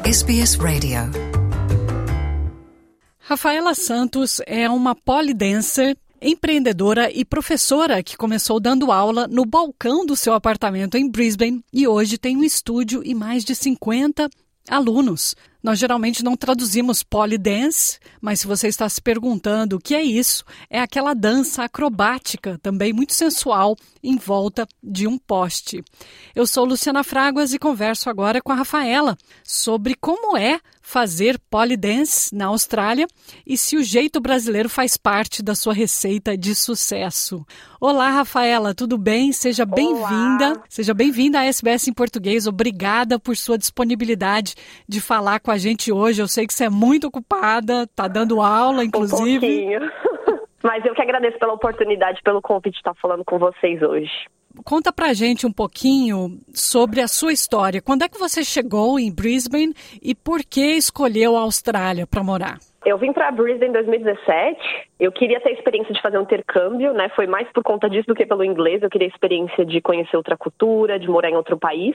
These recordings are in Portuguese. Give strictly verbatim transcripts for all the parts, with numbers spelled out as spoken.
S B S Radio. Rafaela Santos é uma pole dancer, empreendedora e professora que começou dando aula no balcão do seu apartamento em Brisbane e hoje tem um estúdio e mais de cinquenta alunos. Nós geralmente não traduzimos pole dance, mas se você está se perguntando o que é isso, é aquela dança acrobática, também muito sensual, em volta de um poste. Eu sou Luciana Fraguas e converso agora com a Rafaela sobre como é fazer pole dance na Austrália e se o jeito brasileiro faz parte da sua receita de sucesso. Olá, Rafaela, tudo bem? Seja bem-vinda. Olá. Seja bem-vinda à S B S em português. Obrigada por sua disponibilidade de falar com a gente hoje. Eu sei que você é muito ocupada, está dando aula, inclusive. Um pouquinho. Mas eu que agradeço pela oportunidade, pelo convite de estar falando com vocês hoje. Conta pra gente um pouquinho sobre a sua história. Quando é que você chegou em Brisbane e por que escolheu a Austrália para morar? Eu vim para Brisbane em dois mil e dezessete. Eu queria ter a experiência de fazer um intercâmbio, né? Foi mais por conta disso do que pelo inglês. Eu queria a experiência de conhecer outra cultura, de morar em outro país.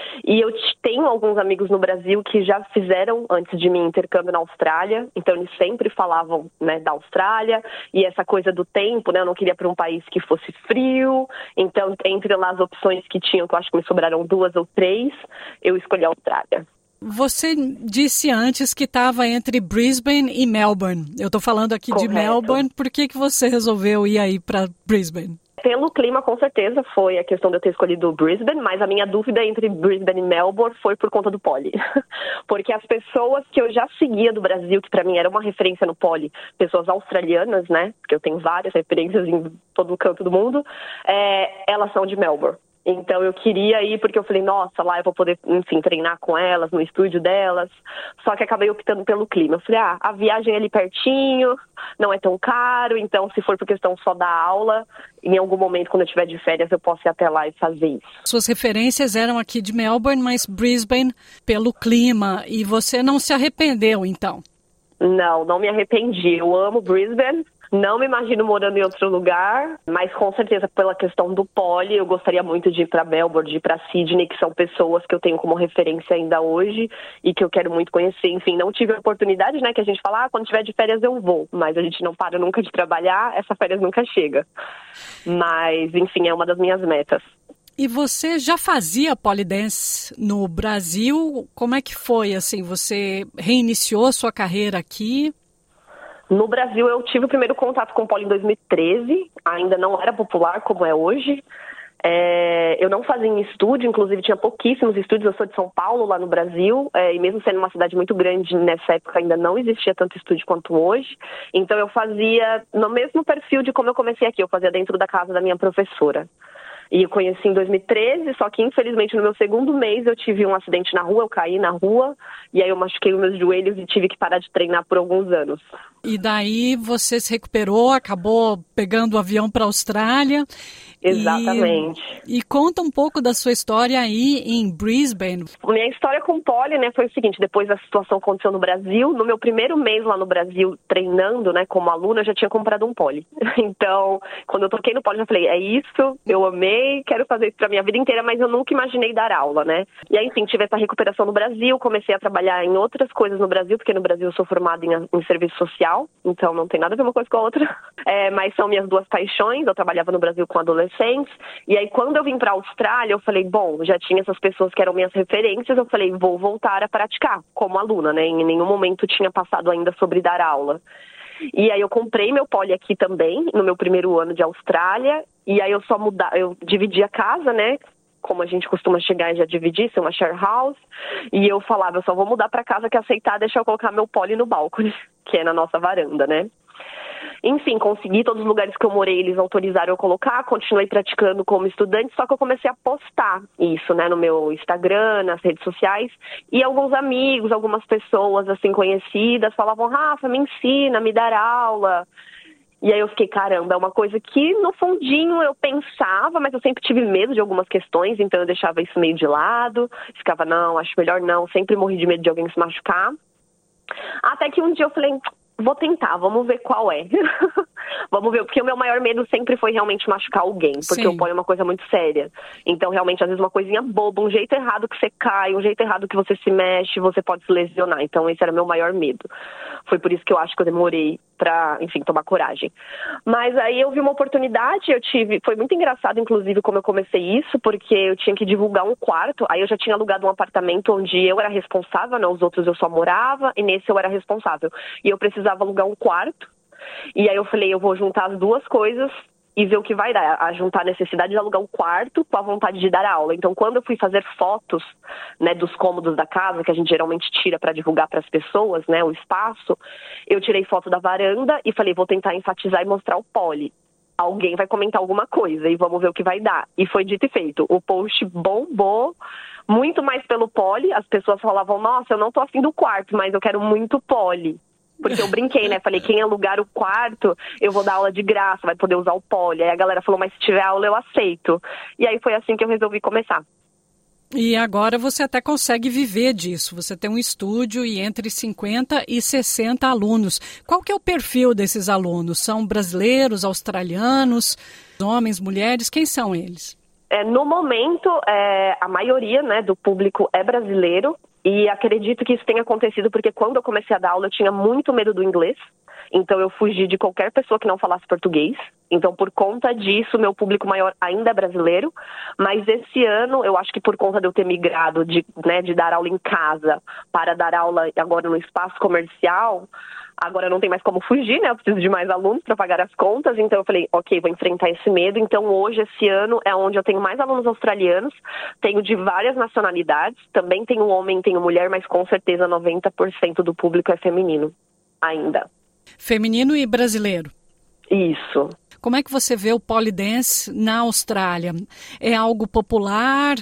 E eu tenho alguns amigos no Brasil que já fizeram, antes de mim, intercâmbio na Austrália. Então, eles sempre falavam, né, da Austrália. E essa coisa do tempo, né? Eu não queria para um país que fosse frio. Então, entre lá as opções que tinham, que eu acho que me sobraram duas ou três, eu escolhi a Austrália. Você disse antes que estava entre Brisbane e Melbourne. Eu estou falando aqui Correto. de Melbourne. Por que, que você resolveu ir aí para Brisbane? Pelo clima, com certeza, foi a questão de eu ter escolhido Brisbane, mas a minha dúvida entre Brisbane e Melbourne foi por conta do pole. Porque as pessoas que eu já seguia do Brasil, que para mim era uma referência no pole, pessoas australianas, né, porque eu tenho várias referências em todo o canto do mundo, é, elas são de Melbourne. Então eu queria ir porque eu falei, nossa, lá eu vou poder, enfim, treinar com elas, no estúdio delas. Só que acabei optando pelo clima. Eu falei, ah, a viagem é ali pertinho, não é tão caro, então se for por questão só da aula, em algum momento, quando eu estiver de férias, eu posso ir até lá e fazer isso. Suas referências eram aqui de Melbourne, mas Brisbane pelo clima. E você não se arrependeu, então? Não, não me arrependi. Eu amo Brisbane. Não me imagino morando em outro lugar, mas com certeza pela questão do pole, eu gostaria muito de ir para Melbourne, de ir para Sydney, que são pessoas que eu tenho como referência ainda hoje e que eu quero muito conhecer. Enfim, não tive a oportunidade, né, que a gente fala, ah, quando tiver de férias eu vou, mas a gente não para nunca de trabalhar, essa férias nunca chega. Mas, enfim, é uma das minhas metas. E você já fazia pole dance no Brasil? Como é que foi, assim, você reiniciou sua carreira aqui? No Brasil, eu tive o primeiro contato com o pole em dois mil e treze, ainda não era popular como é hoje. É, eu não fazia em estúdio, inclusive tinha pouquíssimos estúdios, eu sou de São Paulo, lá no Brasil, é, e mesmo sendo uma cidade muito grande, nessa época ainda não existia tanto estúdio quanto hoje. Então eu fazia no mesmo perfil de como eu comecei aqui, eu fazia dentro da casa da minha professora. E eu conheci em dois mil e treze, só que infelizmente no meu segundo mês eu tive um acidente na rua, eu caí na rua, e aí eu machuquei os meus joelhos e tive que parar de treinar por alguns anos. E daí você se recuperou, acabou pegando o avião para a Austrália. Exatamente. E, e conta um pouco da sua história aí em Brisbane. Minha história com o pole, né, foi o seguinte, depois da situação que aconteceu no Brasil, no meu primeiro mês lá no Brasil, treinando, né, como aluna, eu já tinha comprado um pole. Então, quando eu toquei no pole, eu já falei, é isso, eu amei, quero fazer isso pra minha vida inteira, mas eu nunca imaginei dar aula, né. E aí, enfim, tive essa recuperação no Brasil, comecei a trabalhar em outras coisas no Brasil, porque no Brasil eu sou formada em, em serviço social, então não tem nada a ver uma coisa com a outra. É, mas são minhas duas paixões, eu trabalhava no Brasil com adolescentes, e aí quando eu vim para a Austrália, eu falei, bom, já tinha essas pessoas que eram minhas referências, eu falei, vou voltar a praticar como aluna, né? Em nenhum momento tinha passado ainda sobre dar aula. E aí eu comprei meu pole aqui também, no meu primeiro ano de Austrália, e aí eu só mudava, eu dividi a casa, né? Como a gente costuma chegar e já dividir, isso é uma share house, e eu falava, eu só vou mudar para casa que aceitar, deixar eu colocar meu pole no balcone, que é na nossa varanda, né? Enfim, consegui todos os lugares que eu morei, eles autorizaram eu colocar, continuei praticando como estudante, só que eu comecei a postar isso, né, no meu Instagram, nas redes sociais, e alguns amigos, algumas pessoas, assim, conhecidas, falavam, Rafa, me ensina, me dar aula. E aí eu fiquei, caramba, é uma coisa que no fundinho eu pensava, mas eu sempre tive medo de algumas questões, então eu deixava isso meio de lado, ficava, não, acho melhor não, sempre morri de medo de alguém se machucar. Até que um dia eu falei, vou tentar, vamos ver qual é. Vamos ver, porque o meu maior medo sempre foi realmente machucar alguém, porque Sim. o pole é uma coisa muito séria. Então, realmente, às vezes uma coisinha boba, um jeito errado que você cai, um jeito errado que você se mexe, você pode se lesionar. Então, esse era o meu maior medo. Foi por isso que eu acho que eu demorei pra, enfim, tomar coragem. Mas aí eu vi uma oportunidade, eu tive, foi muito engraçado, inclusive, como eu comecei isso, porque eu tinha que divulgar um quarto, aí eu já tinha alugado um apartamento onde eu era responsável, né, os outros eu só morava, e nesse eu era responsável. E eu precisava alugar um quarto, e aí eu falei, eu vou juntar as duas coisas e ver o que vai dar, a juntar a necessidade de alugar um quarto com a vontade de dar aula. Então, quando eu fui fazer fotos, né, dos cômodos da casa, que a gente geralmente tira para divulgar para as pessoas, né, o espaço, eu tirei foto da varanda e falei, vou tentar enfatizar e mostrar o pole. Alguém vai comentar alguma coisa e vamos ver o que vai dar. E foi dito e feito. O post bombou, muito mais pelo pole. As pessoas falavam, nossa, eu não tô afim do quarto, mas eu quero muito pole. Porque eu brinquei, né? Falei, quem alugar o quarto, eu vou dar aula de graça, vai poder usar o pole. Aí a galera falou, mas se tiver aula, eu aceito. E aí foi assim que eu resolvi começar. E agora você até consegue viver disso. Você tem um estúdio e entre cinquenta e sessenta alunos. Qual que é o perfil desses alunos? São brasileiros, australianos, homens, mulheres? Quem são eles? É, no momento, é, a maioria, né, do público é brasileiro. E acredito que isso tenha acontecido porque quando eu comecei a dar aula eu tinha muito medo do inglês. Então eu fugi de qualquer pessoa que não falasse português. Então por conta disso meu público maior ainda é brasileiro. Mas esse ano eu acho que por conta de eu ter migrado de, né, de dar aula em casa para dar aula agora no espaço comercial, agora não tem mais como fugir, né? Eu preciso de mais alunos para pagar as contas. Então eu falei, ok, vou enfrentar esse medo. Então hoje, esse ano, é onde eu tenho mais alunos australianos. Tenho de várias nacionalidades. Também tenho homem, tenho mulher, mas com certeza noventa por cento do público é feminino ainda. Feminino e brasileiro. Isso. Como é que você vê o pole dance na Austrália? É algo popular?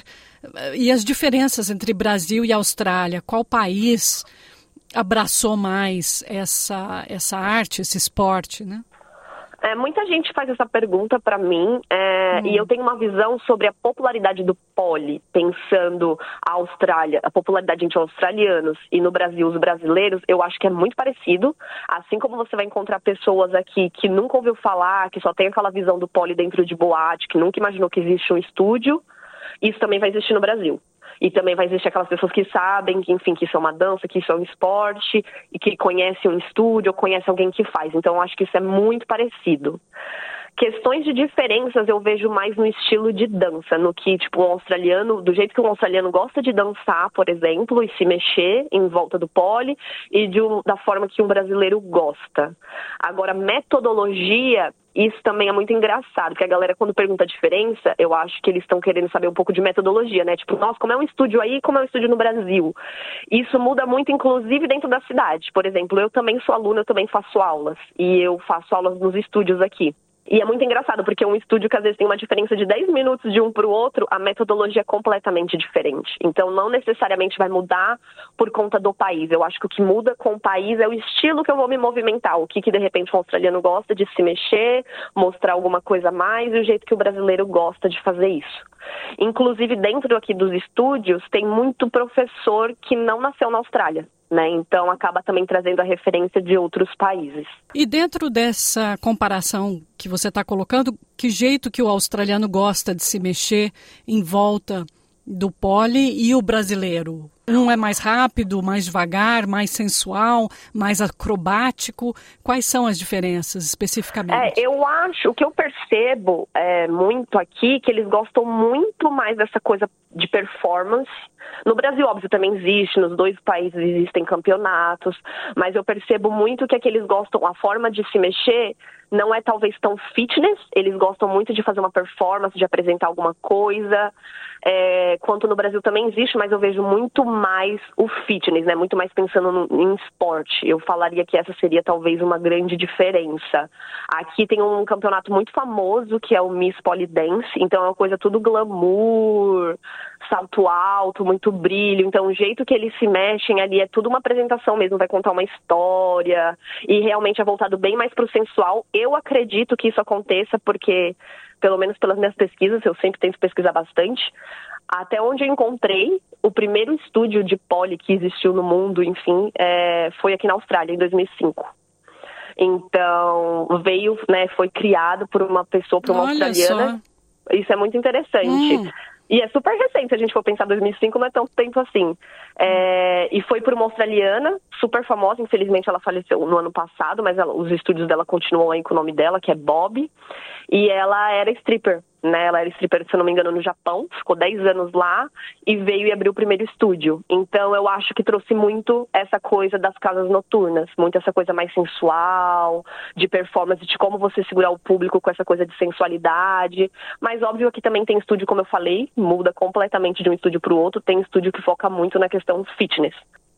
E as diferenças entre Brasil e Austrália? Qual país abraçou mais essa, essa arte, esse esporte, né? É, muita gente faz essa pergunta para mim é, hum. e eu tenho uma visão sobre a popularidade do pole, pensando a Austrália, a popularidade entre australianos e no Brasil os brasileiros, eu acho que é muito parecido, assim como você vai encontrar pessoas aqui que nunca ouviu falar, que só tem aquela visão do pole dentro de boate, que nunca imaginou que existe um estúdio, isso também vai existir no Brasil. E também vai existir aquelas pessoas que sabem, que, enfim, que isso é uma dança, que isso é um esporte, e que conhecem um estúdio ou conhecem alguém que faz. Então, eu acho que isso é muito parecido. Questões de diferenças eu vejo mais no estilo de dança, no que, tipo, um australiano, do jeito que um australiano gosta de dançar, por exemplo, e se mexer em volta do pole, e de um, da forma que um brasileiro gosta. Agora, metodologia, isso também é muito engraçado, porque a galera, quando pergunta a diferença, eu acho que eles estão querendo saber um pouco de metodologia, né? Tipo, nossa, como é um estúdio aí, como é um estúdio no Brasil? Isso muda muito, inclusive, dentro da cidade. Por exemplo, eu também sou aluna, eu também faço aulas, e eu faço aulas nos estúdios aqui. E é muito engraçado, porque um estúdio que às vezes tem uma diferença de dez minutos de um para o outro, a metodologia é completamente diferente. Então, não necessariamente vai mudar por conta do país. Eu acho que o que muda com o país é o estilo que eu vou me movimentar. O que, que de repente, o australiano gosta de se mexer, mostrar alguma coisa a mais, e o jeito que o brasileiro gosta de fazer isso. Inclusive, dentro aqui dos estúdios, tem muito professor que não nasceu na Austrália. Né? Então, acaba também trazendo a referência de outros países. E dentro dessa comparação que você está colocando, que jeito que o australiano gosta de se mexer em volta do pole e o brasileiro? Um é mais rápido, mais devagar, mais sensual, mais acrobático? Quais são as diferenças especificamente? É, eu acho, o que eu percebo é, muito aqui, que eles gostam muito mais dessa coisa de performance. No Brasil, óbvio, também existe, nos dois países existem campeonatos, mas eu percebo muito que aqui eles gostam, a forma de se mexer não é talvez tão fitness, eles gostam muito de fazer uma performance, de apresentar alguma coisa, é, quanto no Brasil também existe, mas eu vejo muito mais o fitness, né? Muito mais pensando no, em esporte. Eu falaria que essa seria talvez uma grande diferença. Aqui tem um campeonato muito famoso, que é o Miss Pole Dance, então é uma coisa tudo glamour, salto alto, muito brilho, então o jeito que eles se mexem ali é tudo uma apresentação mesmo, vai contar uma história, e realmente é voltado bem mais para o sensual. Eu acredito que isso aconteça porque, pelo menos pelas minhas pesquisas, eu sempre tento pesquisar bastante, até onde eu encontrei, o primeiro estúdio de pole que existiu no mundo, enfim, é, foi aqui na Austrália, em dois mil e cinco. Então, veio, né, foi criado por uma pessoa, por uma Olha australiana. Só. Isso é muito interessante. Hum. E é super recente, se a gente for pensar, dois mil e cinco não é tanto tempo assim. É, e foi por uma australiana, super famosa, infelizmente ela faleceu no ano passado, mas ela, os estúdios dela continuam aí com o nome dela, que é Bob. E ela era stripper, né? Ela era stripper, se eu não me engano, no Japão, ficou dez anos lá e veio e abriu o primeiro estúdio. Então eu acho que trouxe muito essa coisa das casas noturnas, muito essa coisa mais sensual, de performance, de como você segurar o público com essa coisa de sensualidade. Mas óbvio que também tem estúdio, como eu falei, muda completamente de um estúdio para o outro, tem estúdio que foca muito na questão fitness.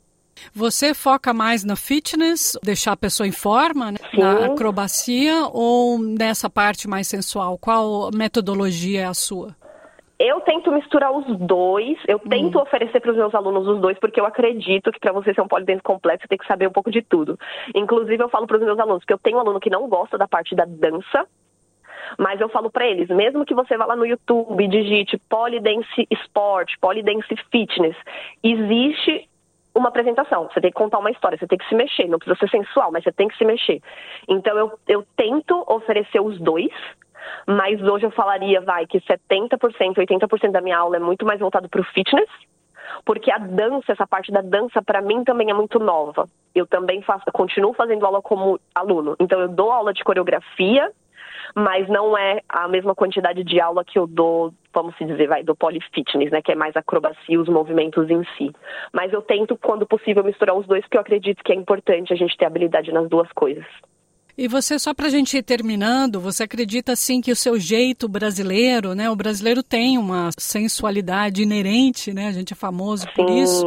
Você foca mais na fitness, deixar a pessoa em forma, né? Na acrobacia, ou nessa parte mais sensual? Qual metodologia é a sua? Eu tento misturar os dois, eu tento hum. oferecer para os meus alunos os dois, porque eu acredito que para você ser um polidense completo, você tem que saber um pouco de tudo. Inclusive, eu falo para os meus alunos, que eu tenho um aluno que não gosta da parte da dança, mas eu falo para eles, mesmo que você vá lá no YouTube e digite polidense sport, polidense fitness, existe uma apresentação, você tem que contar uma história, você tem que se mexer, não precisa ser sensual, mas você tem que se mexer. Então eu, eu tento oferecer os dois, mas hoje eu falaria, vai, que setenta por cento, oitenta por cento da minha aula é muito mais voltado para o fitness, porque a dança, essa parte da dança, para mim também é muito nova. Eu também faço, eu continuo fazendo aula como aluno, então eu dou aula de coreografia, mas não é a mesma quantidade de aula que eu dou, vamos dizer, vai, do polyfitness, né, que é mais acrobacia, os movimentos em si. Mas eu tento, quando possível, misturar os dois, porque eu acredito que é importante a gente ter habilidade nas duas coisas. E você, só para a gente ir terminando, você acredita, assim, que o seu jeito brasileiro, né, o brasileiro tem uma sensualidade inerente, né, a gente é famoso por Sim. isso,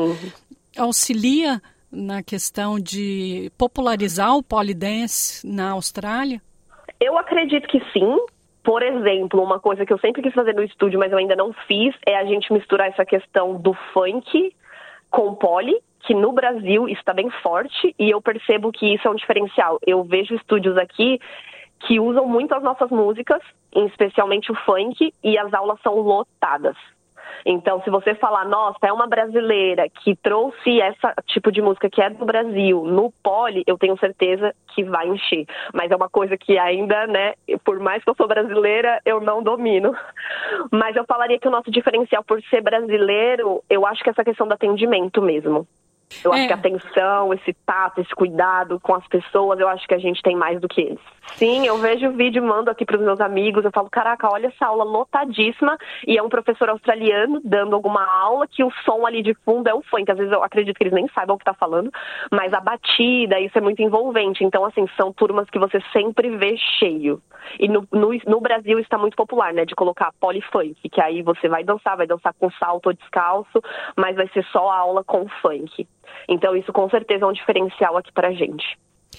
auxilia na questão de popularizar o polydance na Austrália? Eu acredito que sim. Por exemplo, uma coisa que eu sempre quis fazer no estúdio, mas eu ainda não fiz, é a gente misturar essa questão do funk com o poly, que no Brasil está bem forte, e eu percebo que isso é um diferencial. Eu vejo estúdios aqui que usam muito as nossas músicas, especialmente o funk, e as aulas são lotadas. Então, se você falar, nossa, é uma brasileira que trouxe esse tipo de música que é do Brasil no poly, eu tenho certeza que vai encher. Mas é uma coisa que ainda, né, por mais que eu sou brasileira, eu não domino. Mas eu falaria que o nosso diferencial por ser brasileiro, eu acho que é essa questão do atendimento mesmo. Eu acho é. que a atenção, esse tato, esse cuidado com as pessoas, eu acho que a gente tem mais do que eles. Sim, eu vejo o vídeo, mando aqui para os meus amigos, eu falo, caraca, olha essa aula lotadíssima, e é um professor australiano dando alguma aula que o som ali de fundo é o funk. Às vezes eu acredito que eles nem saibam o que tá falando, mas a batida, isso é muito envolvente. Então, assim, são turmas que você sempre vê cheio. E no, no, no Brasil está muito popular, né, de colocar polyfunk, que aí você vai dançar, vai dançar com salto ou descalço, mas vai ser só a aula com funk. Então isso com certeza é um diferencial aqui pra gente.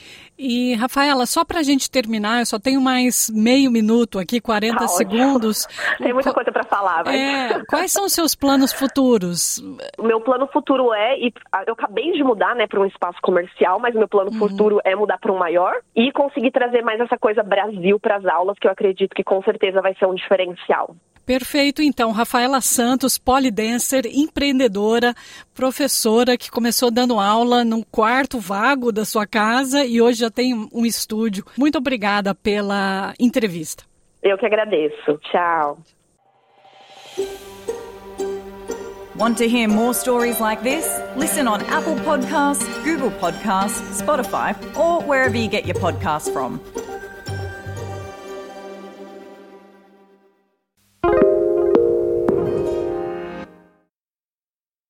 E, Rafaela, só pra gente terminar, eu só tenho mais meio minuto aqui, quarenta tá segundos. Tem muita coisa pra falar, mas... É, quais são os seus planos futuros? O meu plano futuro é, e eu acabei de mudar, né, para um espaço comercial, mas o meu plano uhum. futuro é mudar para um maior e conseguir trazer mais essa coisa Brasil para as aulas, que eu acredito que com certeza vai ser um diferencial. Perfeito, então, Rafaela Santos, polidancer, empreendedora, professora que começou dando aula num quarto vago da sua casa e hoje já tem um estúdio. Muito obrigada pela entrevista. Eu que agradeço. Tchau. Want to hear more stories like this? Listen on Apple Podcasts, Google Podcasts, Spotify, or wherever you get your podcasts from.